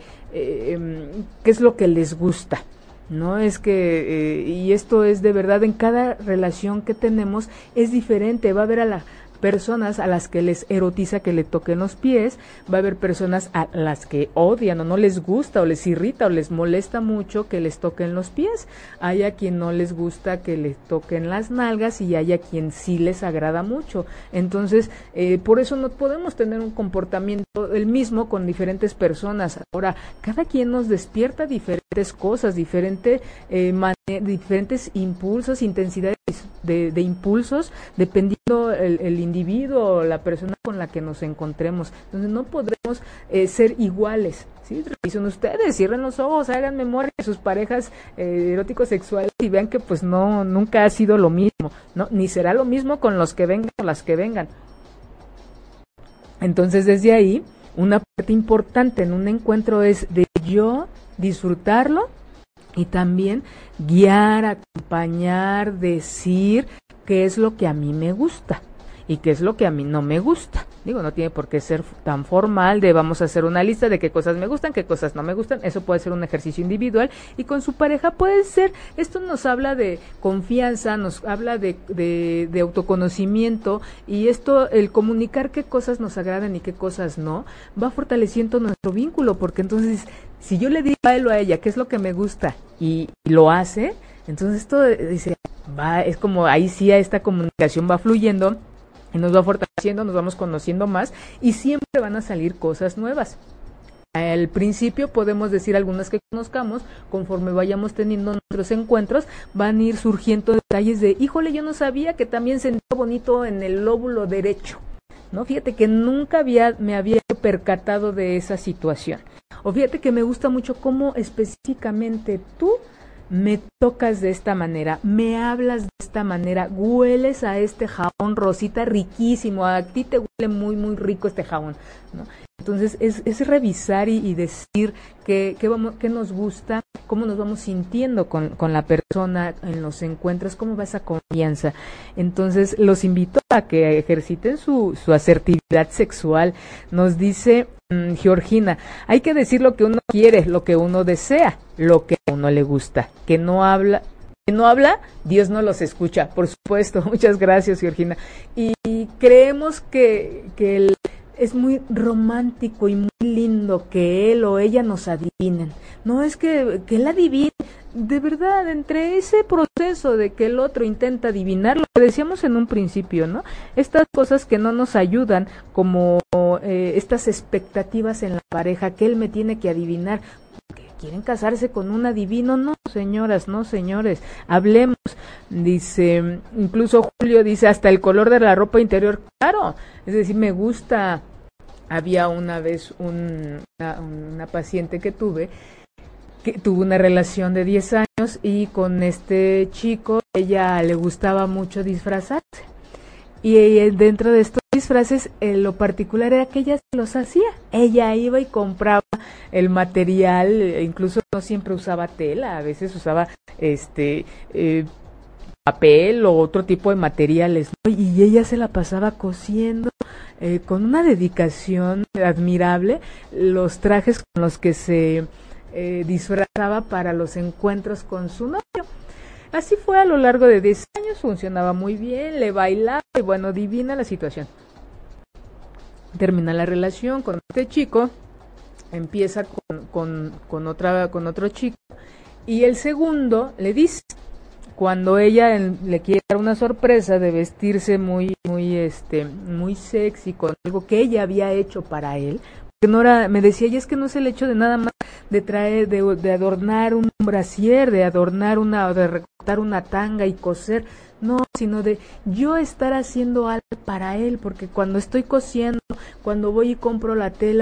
les gusta. No es que, y esto es de verdad, en cada relación que tenemos es diferente. Va a haber personas a las que les erotiza que le toquen los pies, va a haber personas a las que odian o no les gusta o les irrita o les molesta mucho que les toquen los pies, hay a quien no les gusta que les toquen las nalgas y hay a quien sí les agrada mucho. Entonces, por eso no podemos tener un comportamiento el mismo con diferentes personas. Ahora, cada quien nos despierta diferentes cosas, diferentes impulsos, intensidades de impulsos, dependiendo el individuo o la persona con la que nos encontremos. Entonces no podremos ser iguales, ¿sí? Revisen ustedes, cierren los ojos, hagan memoria de sus parejas eróticos sexuales y vean que pues nunca ha sido lo mismo, ¿no? Ni será lo mismo con los que vengan o las que vengan. Entonces desde ahí, una parte importante en un encuentro es de yo disfrutarlo y también guiar, acompañar, decir qué es lo que a mí me gusta y qué es lo que a mí no me gusta. Digo, no tiene por qué ser tan formal de vamos a hacer una lista de qué cosas me gustan, qué cosas no me gustan. Eso puede ser un ejercicio individual y con su pareja puede ser. Esto nos habla de confianza, nos habla de autoconocimiento, y esto, el comunicar qué cosas nos agradan y qué cosas no, va fortaleciendo nuestro vínculo, porque entonces si yo le digo a él o a ella qué es lo que me gusta y lo hace, entonces esto dice, es como ahí sí esta comunicación va fluyendo y nos va fortaleciendo, nos vamos conociendo más y siempre van a salir cosas nuevas. Al principio podemos decir algunas que conozcamos, conforme vayamos teniendo nuestros encuentros, van a ir surgiendo detalles de, híjole, yo no sabía que también sentía bonito en el lóbulo derecho, ¿no? Fíjate que nunca me había percatado de esa situación. O fíjate que me gusta mucho cómo específicamente tú me tocas de esta manera, me hablas de esta manera, hueles a este jabón rosita riquísimo, a ti te huele muy, muy rico este jabón, ¿no? Entonces es revisar y decir qué nos gusta, cómo nos vamos sintiendo con la persona en los encuentros, cómo va esa confianza. Entonces los invito a que ejerciten su asertividad sexual. Nos dice Georgina, hay que decir lo que uno quiere, lo que uno desea, lo que a uno le gusta. Que no habla, Dios no los escucha, por supuesto. Muchas gracias, Georgina. Y creemos que es muy romántico y muy lindo que él o ella nos adivinen. No es que él adivine, de verdad, entre ese proceso de que el otro intenta adivinar, lo que decíamos en un principio, ¿no? Estas cosas que no nos ayudan, como estas expectativas en la pareja, que él me tiene que adivinar, porque quieren casarse con un adivino. No, señoras, no, señores, hablemos. Dice, incluso Julio dice, hasta el color de la ropa interior, claro, es decir, me gusta. Había una vez una paciente que tuvo una relación de 10 años y con este chico, ella le gustaba mucho disfrazarse. Y dentro de estos disfraces, lo particular era que ella se los hacía. Ella iba y compraba el material, incluso no siempre usaba tela, a veces usaba papel o otro tipo de materiales, ¿no? Y ella se la pasaba cosiendo con una dedicación admirable los trajes con los que se disfrazaba para los encuentros con su novio. Así fue a lo largo de 10 años, funcionaba muy bien, le bailaba y bueno, divina la situación. Termina la relación con este chico, empieza con otro chico y el segundo le dice, cuando ella le quiere dar una sorpresa de vestirse muy sexy con algo que ella había hecho para él, porque no era, me decía, y es que no es el hecho de nada más de traer, de adornar un brasier, de recortar una tanga y coser, no, sino de yo estar haciendo algo para él, porque cuando estoy cosiendo, cuando voy y compro la tela,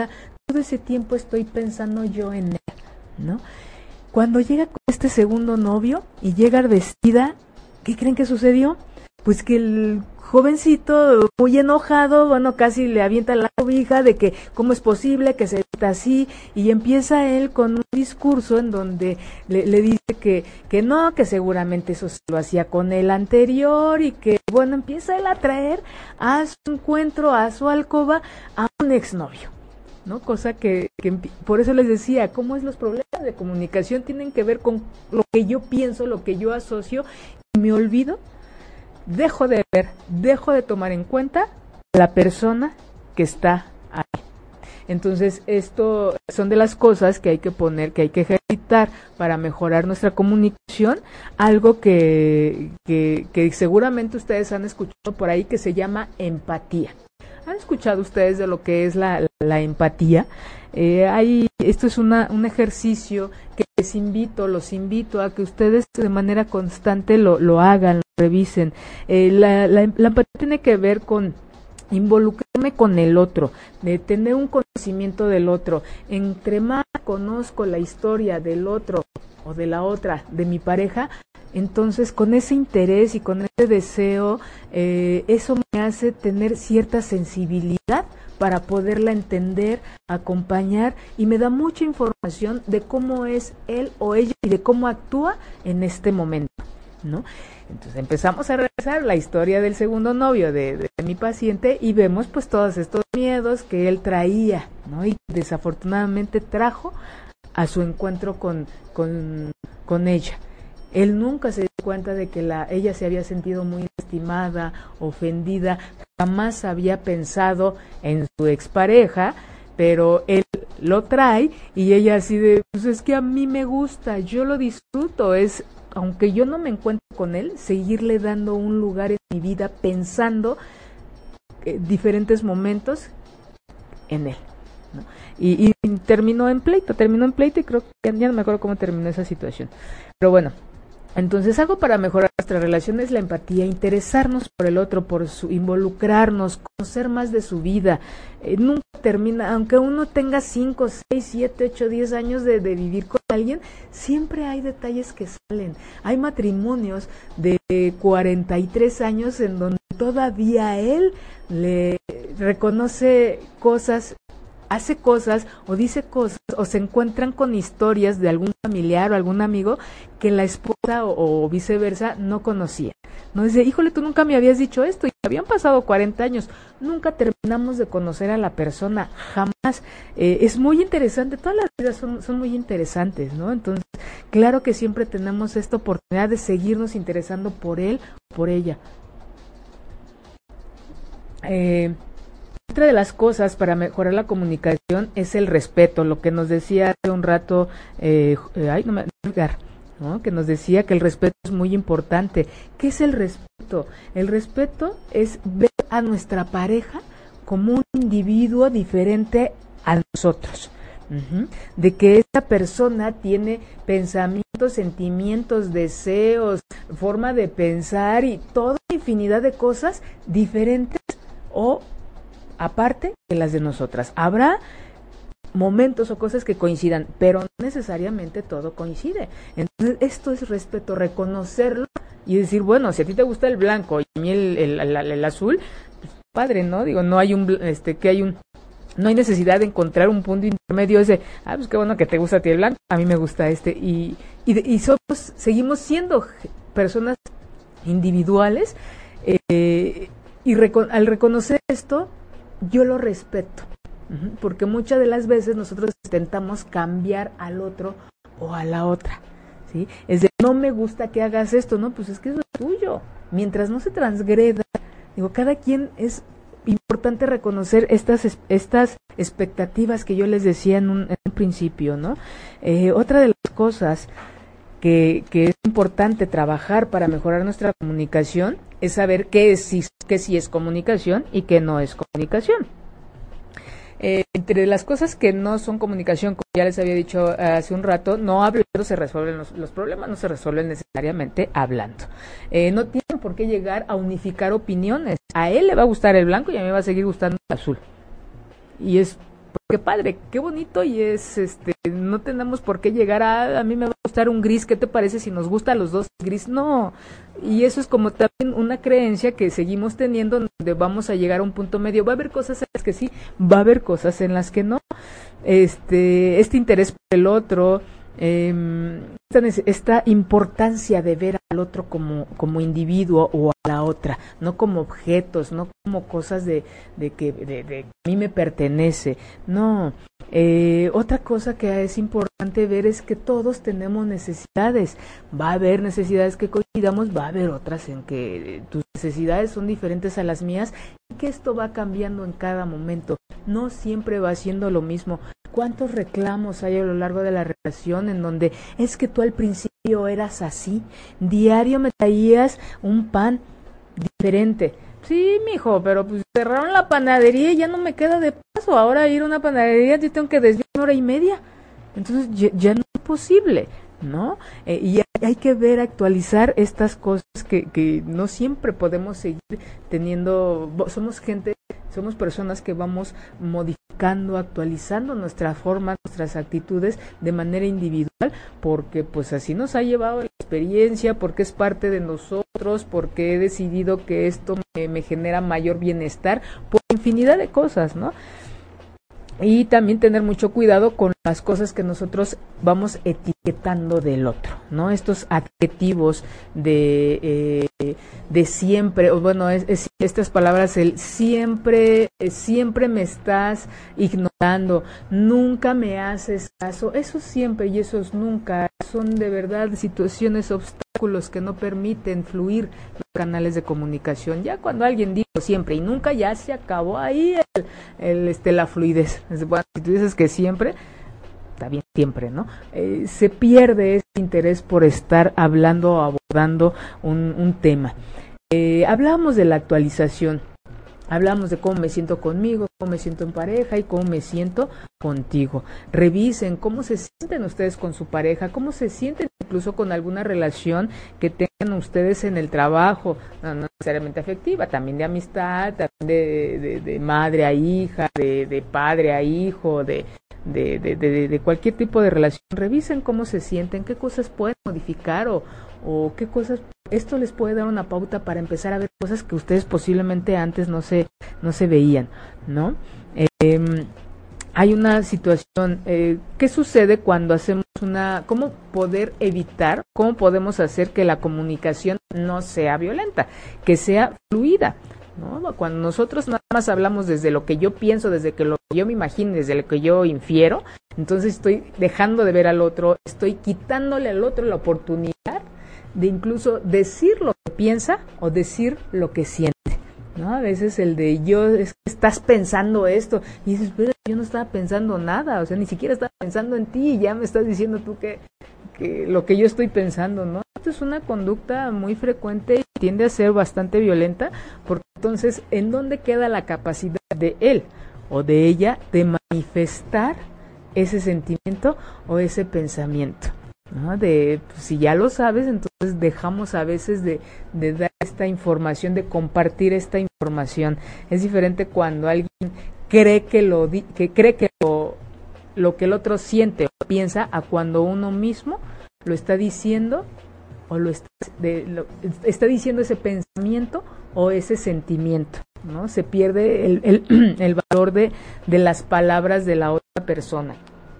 todo ese tiempo estoy pensando yo en él, ¿no? Cuando llega con este segundo novio y llega vestida, ¿qué creen que sucedió? Pues que el jovencito, muy enojado, bueno, casi le avienta la cobija de que cómo es posible que se vista así, y empieza él con un discurso en donde le dice que no, que seguramente eso se lo hacía con el anterior, y que, bueno, empieza él a traer a su encuentro, a su alcoba, a un exnovio, ¿no? Cosa que por eso les decía, cómo es los problemas de comunicación tienen que ver con lo que yo pienso, lo que yo asocio, y me olvido, dejo de ver, dejo de tomar en cuenta la persona que está ahí. Entonces, esto son de las cosas que hay que poner, que hay que ejercitar para mejorar nuestra comunicación, algo que seguramente ustedes han escuchado por ahí, que se llama empatía. ¿Han escuchado ustedes de lo que es la empatía? Esto es un ejercicio que los invito a que ustedes de manera constante lo hagan, lo revisen. La empatía tiene que ver con involucrarme con el otro, de tener un conocimiento del otro. Entre más conozco la historia del otro o de la otra, de mi pareja, entonces con ese interés y con ese deseo, eso me hace tener cierta sensibilidad para poderla entender, acompañar, y me da mucha información de cómo es él o ella y de cómo actúa en este momento, ¿no? Entonces empezamos a revisar la historia del segundo novio de mi paciente y vemos pues todos estos miedos que él traía, ¿no? Y desafortunadamente trajo a su encuentro con ella. Él nunca se dio cuenta de que ella se había sentido muy lastimada, ofendida, jamás había pensado en su expareja, pero él lo trae y ella así de, pues es que a mí me gusta, yo lo disfruto, aunque yo no me encuentro con él, seguirle dando un lugar en mi vida pensando diferentes momentos en él, ¿no? Y terminó en pleito y creo que ya no me acuerdo cómo terminó esa situación, pero bueno. Entonces, algo para mejorar nuestra relación es la empatía, interesarnos por el otro, involucrarnos, conocer más de su vida. Nunca termina, aunque uno tenga 5, 6, 7, 8, 10 años de vivir con alguien, siempre hay detalles que salen. Hay matrimonios de 43 años en donde todavía él le reconoce cosas, hace cosas o dice cosas o se encuentran con historias de algún familiar o algún amigo que la esposa o viceversa no conocía. No dice, híjole, tú nunca me habías dicho esto, y habían pasado 40 años, nunca terminamos de conocer a la persona, jamás. Es muy interesante, todas las vidas son muy interesantes, ¿no? Entonces, claro que siempre tenemos esta oportunidad de seguirnos interesando por él, por ella. Otra de las cosas para mejorar la comunicación es el respeto, lo que nos decía hace un rato Edgar, ¿no? Que nos decía que el respeto es muy importante. ¿Qué es el respeto? El respeto es ver a nuestra pareja como un individuo diferente a nosotros. De que esta persona tiene pensamientos, sentimientos, deseos, forma de pensar y toda infinidad de cosas diferentes o aparte de las de nosotras. Habrá momentos o cosas que coincidan, pero no necesariamente todo coincide. Entonces, esto es respeto, reconocerlo y decir, bueno, si a ti te gusta el blanco y a mí el azul, pues padre, ¿no? Digo, no hay no hay necesidad de encontrar un punto intermedio ese, pues qué bueno que te gusta a ti el blanco, a mí me gusta este, y seguimos siendo personas individuales, al reconocer esto, yo lo respeto, porque muchas de las veces nosotros intentamos cambiar al otro o a la otra, ¿sí? Es de, no me gusta que hagas esto, no, pues es que es lo tuyo, mientras no se transgreda, digo, cada quien es importante reconocer estas expectativas que yo les decía en un principio, ¿no? Otra de las cosas que es importante trabajar para mejorar nuestra comunicación es saber qué sí es comunicación y qué no es comunicación. Entre las cosas que no son comunicación, como ya les había dicho hace un rato, no hablando se resuelven los problemas, no se resuelven necesariamente hablando. No tienen por qué llegar a unificar opiniones. A él le va a gustar el blanco y a mí me va a seguir gustando el azul. Y es qué padre, qué bonito, y no tenemos por qué llegar a mí me va a gustar un gris, ¿qué te parece si nos gusta a los dos gris? No, y eso es como también una creencia que seguimos teniendo, donde vamos a llegar a un punto medio. Va a haber cosas en las que sí, va a haber cosas en las que no. Este interés por el otro, esta importancia de ver al otro como individuo o a la otra, no como objetos, no como cosas de que a mí me pertenece, no. Otra cosa que es importante ver es que todos tenemos necesidades. Va a haber necesidades que coincidamos, va a haber otras en que tus necesidades son diferentes a las mías, y que esto va cambiando en cada momento. No siempre va siendo lo mismo. ¿Cuántos reclamos hay a lo largo de la relación en donde es que tú al principio eras así, diario me traías un pan diferente? Sí, mijo, pero pues cerraron la panadería y ya no me queda de paso. Ahora ir a una panadería yo tengo que desviar 1 hora y media. Entonces ya no es posible, ¿no? Y hay que ver, actualizar estas cosas que no siempre podemos seguir teniendo. Somos personas que vamos modificando, actualizando nuestra forma, nuestras actitudes de manera individual, porque pues así nos ha llevado la experiencia, porque es parte de nosotros, porque he decidido que esto me genera mayor bienestar, por infinidad de cosas, ¿no? Y también tener mucho cuidado con las cosas que nosotros vamos etiquetando del otro, ¿no? Estos adjetivos de siempre, o bueno, estas palabras, el siempre me estás ignorando, nunca me haces caso, esos siempre y esos nunca son de verdad situaciones, obstáculos que no permiten fluir los canales de comunicación. Ya cuando alguien dijo siempre y nunca, ya se acabó ahí la fluidez. Bueno, si tú dices que siempre, está bien siempre, ¿no? Se pierde ese interés por estar hablando o abordando un tema. Hablábamos de la actualización, hablamos de cómo me siento conmigo, cómo me siento en pareja y cómo me siento contigo. Revisen cómo se sienten ustedes con su pareja, cómo se sienten incluso con alguna relación que tengan ustedes en el trabajo, no necesariamente afectiva, también de amistad, también de madre a hija, de padre a hijo, de cualquier tipo de relación. Revisen cómo se sienten, qué cosas pueden modificar o qué cosas, esto les puede dar una pauta para empezar a ver cosas que ustedes posiblemente antes no se veían, ¿no? Hay una situación, ¿qué sucede cuando hacemos cómo poder evitar, cómo podemos hacer que la comunicación no sea violenta, que sea fluida, ¿no? Cuando nosotros nada más hablamos desde lo que yo pienso, desde lo que yo me imagino, desde lo que yo infiero, entonces estoy dejando de ver al otro, estoy quitándole al otro la oportunidad de incluso decir lo que piensa o decir lo que siente, ¿no? A veces es que estás pensando esto, y dices, pero yo no estaba pensando nada, o sea, ni siquiera estaba pensando en ti, y ya me estás diciendo tú que lo que yo estoy pensando, ¿no? Esto es una conducta muy frecuente y tiende a ser bastante violenta, porque entonces, ¿en dónde queda la capacidad de él o de ella de manifestar ese sentimiento o ese pensamiento? ¿No? Pues, si ya lo sabes, entonces dejamos a veces de dar esta información, de compartir esta información. Es diferente cuando alguien cree que lo que el otro siente o piensa, a cuando uno mismo lo está diciendo o está diciendo ese pensamiento o ese sentimiento, ¿no? Se pierde el valor de las palabras de la otra persona.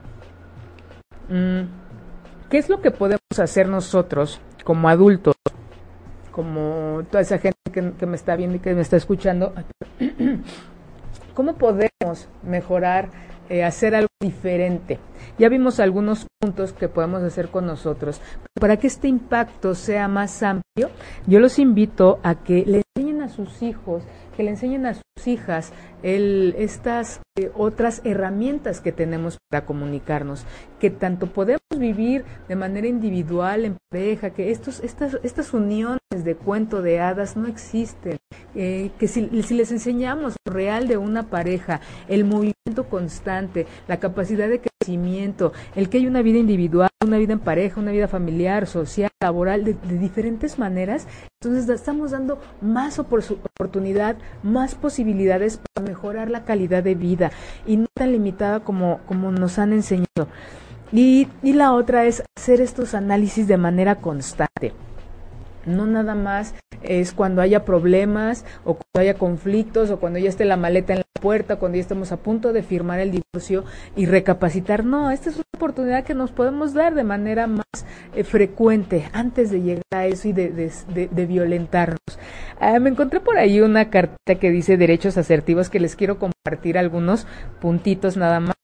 ¿Qué es lo que podemos hacer nosotros como adultos, como toda esa gente que me está viendo y que me está escuchando? ¿Cómo podemos mejorar, hacer algo diferente? Ya vimos algunos puntos que podemos hacer con nosotros. Para que este impacto sea más amplio, yo los invito a que le enseñen a sus hijos, que le enseñen a sus hijas estas otras herramientas que tenemos para comunicarnos, que tanto podemos vivir de manera individual, en pareja, que estas uniones de cuento de hadas no existen, que si les enseñamos lo real de una pareja, el movimiento constante, la capacidad de crecimiento, crecimiento, el que hay una vida individual, una vida en pareja, una vida familiar, social, laboral, de diferentes maneras. Entonces estamos dando más oportunidad, más posibilidades para mejorar la calidad de vida y no tan limitada como nos han enseñado. Y la otra es hacer estos análisis de manera constante. No nada más es cuando haya problemas o cuando haya conflictos o cuando ya esté la maleta en la puerta, cuando ya estemos a punto de firmar el divorcio y recapacitar. No, esta es una oportunidad que nos podemos dar de manera más frecuente antes de llegar a eso y de violentarnos. Me encontré por ahí una carta que dice derechos asertivos, que les quiero compartir algunos puntitos nada más.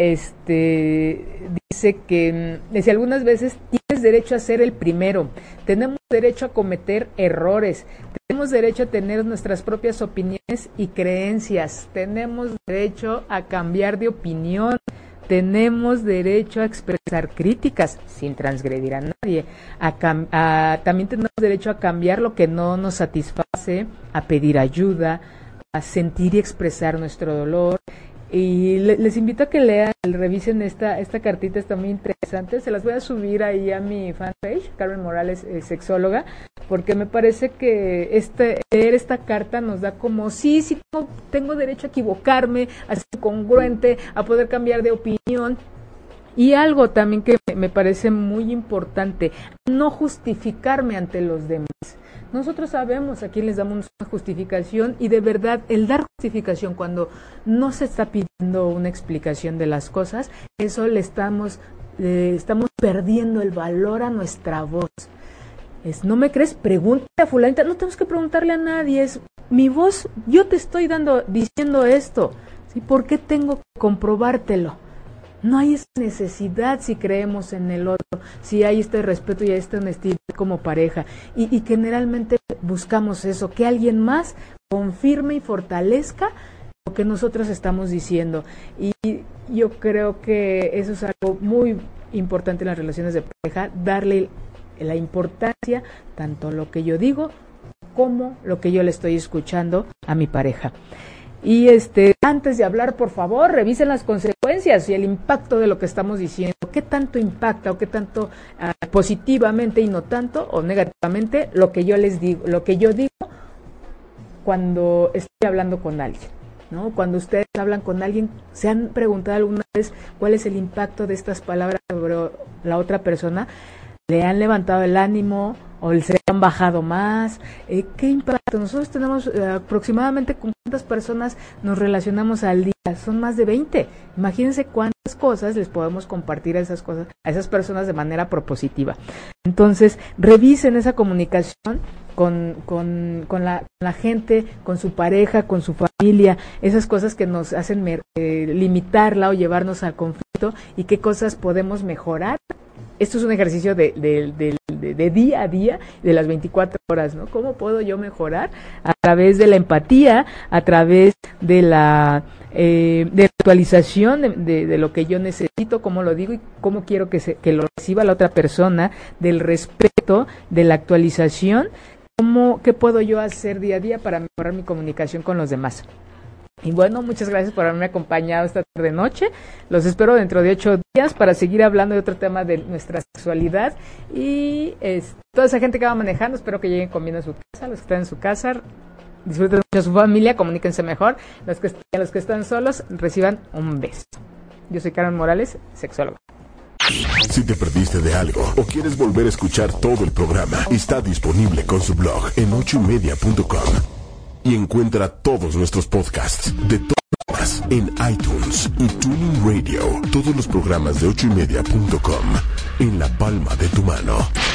Dice que si algunas veces tienes derecho a ser el primero, tenemos derecho a cometer errores, tenemos derecho a tener nuestras propias opiniones y creencias, tenemos derecho a cambiar de opinión, tenemos derecho a expresar críticas sin transgredir a nadie, también tenemos derecho a cambiar lo que no nos satisface, a pedir ayuda, a sentir y expresar nuestro dolor. Y les invito a que lean, revisen esta cartita, está muy interesante. Se las voy a subir ahí a mi fanpage, Carmen Morales, sexóloga, porque me parece que leer esta carta nos da como, sí, tengo derecho a equivocarme, a ser congruente, a poder cambiar de opinión. Y algo también que me parece muy importante, no justificarme ante los demás. Nosotros sabemos a quién les damos una justificación, y de verdad el dar justificación cuando no se está pidiendo una explicación de las cosas, eso le estamos perdiendo el valor a nuestra voz. ¿No me crees? Pregúntale a fulanita. No tenemos que preguntarle a nadie, es mi voz, yo te estoy diciendo esto, ¿sí? ¿Por qué tengo que comprobártelo? No hay esa necesidad si creemos en el otro, si hay este respeto y esta honestidad como pareja. Y generalmente buscamos eso, que alguien más confirme y fortalezca lo que nosotros estamos diciendo. Y yo creo que eso es algo muy importante en las relaciones de pareja, darle la importancia tanto a lo que yo digo como lo que yo le estoy escuchando a mi pareja. Y antes de hablar, por favor, revisen las consecuencias y el impacto de lo que estamos diciendo. ¿Qué tanto impacta o qué tanto positivamente y no tanto, o negativamente, lo que yo les digo, lo que yo digo cuando estoy hablando con alguien, ¿no? Cuando ustedes hablan con alguien, ¿se han preguntado alguna vez cuál es el impacto de estas palabras sobre la otra persona? ¿Le han levantado el ánimo o se le han bajado más? ¿Qué impacto? Nosotros tenemos aproximadamente con cuántas personas nos relacionamos al día. Son más de 20. Imagínense cuántas cosas les podemos compartir a esas personas de manera propositiva. Entonces, revisen esa comunicación con la gente, con su pareja, con su familia, esas cosas que nos hacen limitarla o llevarnos al conflicto, y qué cosas podemos mejorar. Esto es un ejercicio de día a día, de las 24 horas, ¿no? ¿Cómo puedo yo mejorar? A través de la empatía, a través de la actualización de lo que yo necesito, cómo lo digo y cómo quiero que lo reciba la otra persona, del respeto, de la actualización, qué puedo yo hacer día a día para mejorar mi comunicación con los demás. Y bueno, muchas gracias por haberme acompañado esta tarde noche. Los espero dentro de 8 días para seguir hablando de otro tema de nuestra sexualidad. Y toda esa gente que va manejando, espero que lleguen con bien a su casa. Los que están en su casa, disfruten mucho a su familia, comuníquense mejor. Los que están solos, reciban un beso. Yo soy Carmen Morales, sexóloga. Si te perdiste de algo o quieres volver a escuchar todo el programa, está disponible con su blog en 8ymedia.com. Y encuentra todos nuestros podcasts de todas en iTunes y TuneIn Radio. Todos los programas de 8ymedia.com en la palma de tu mano.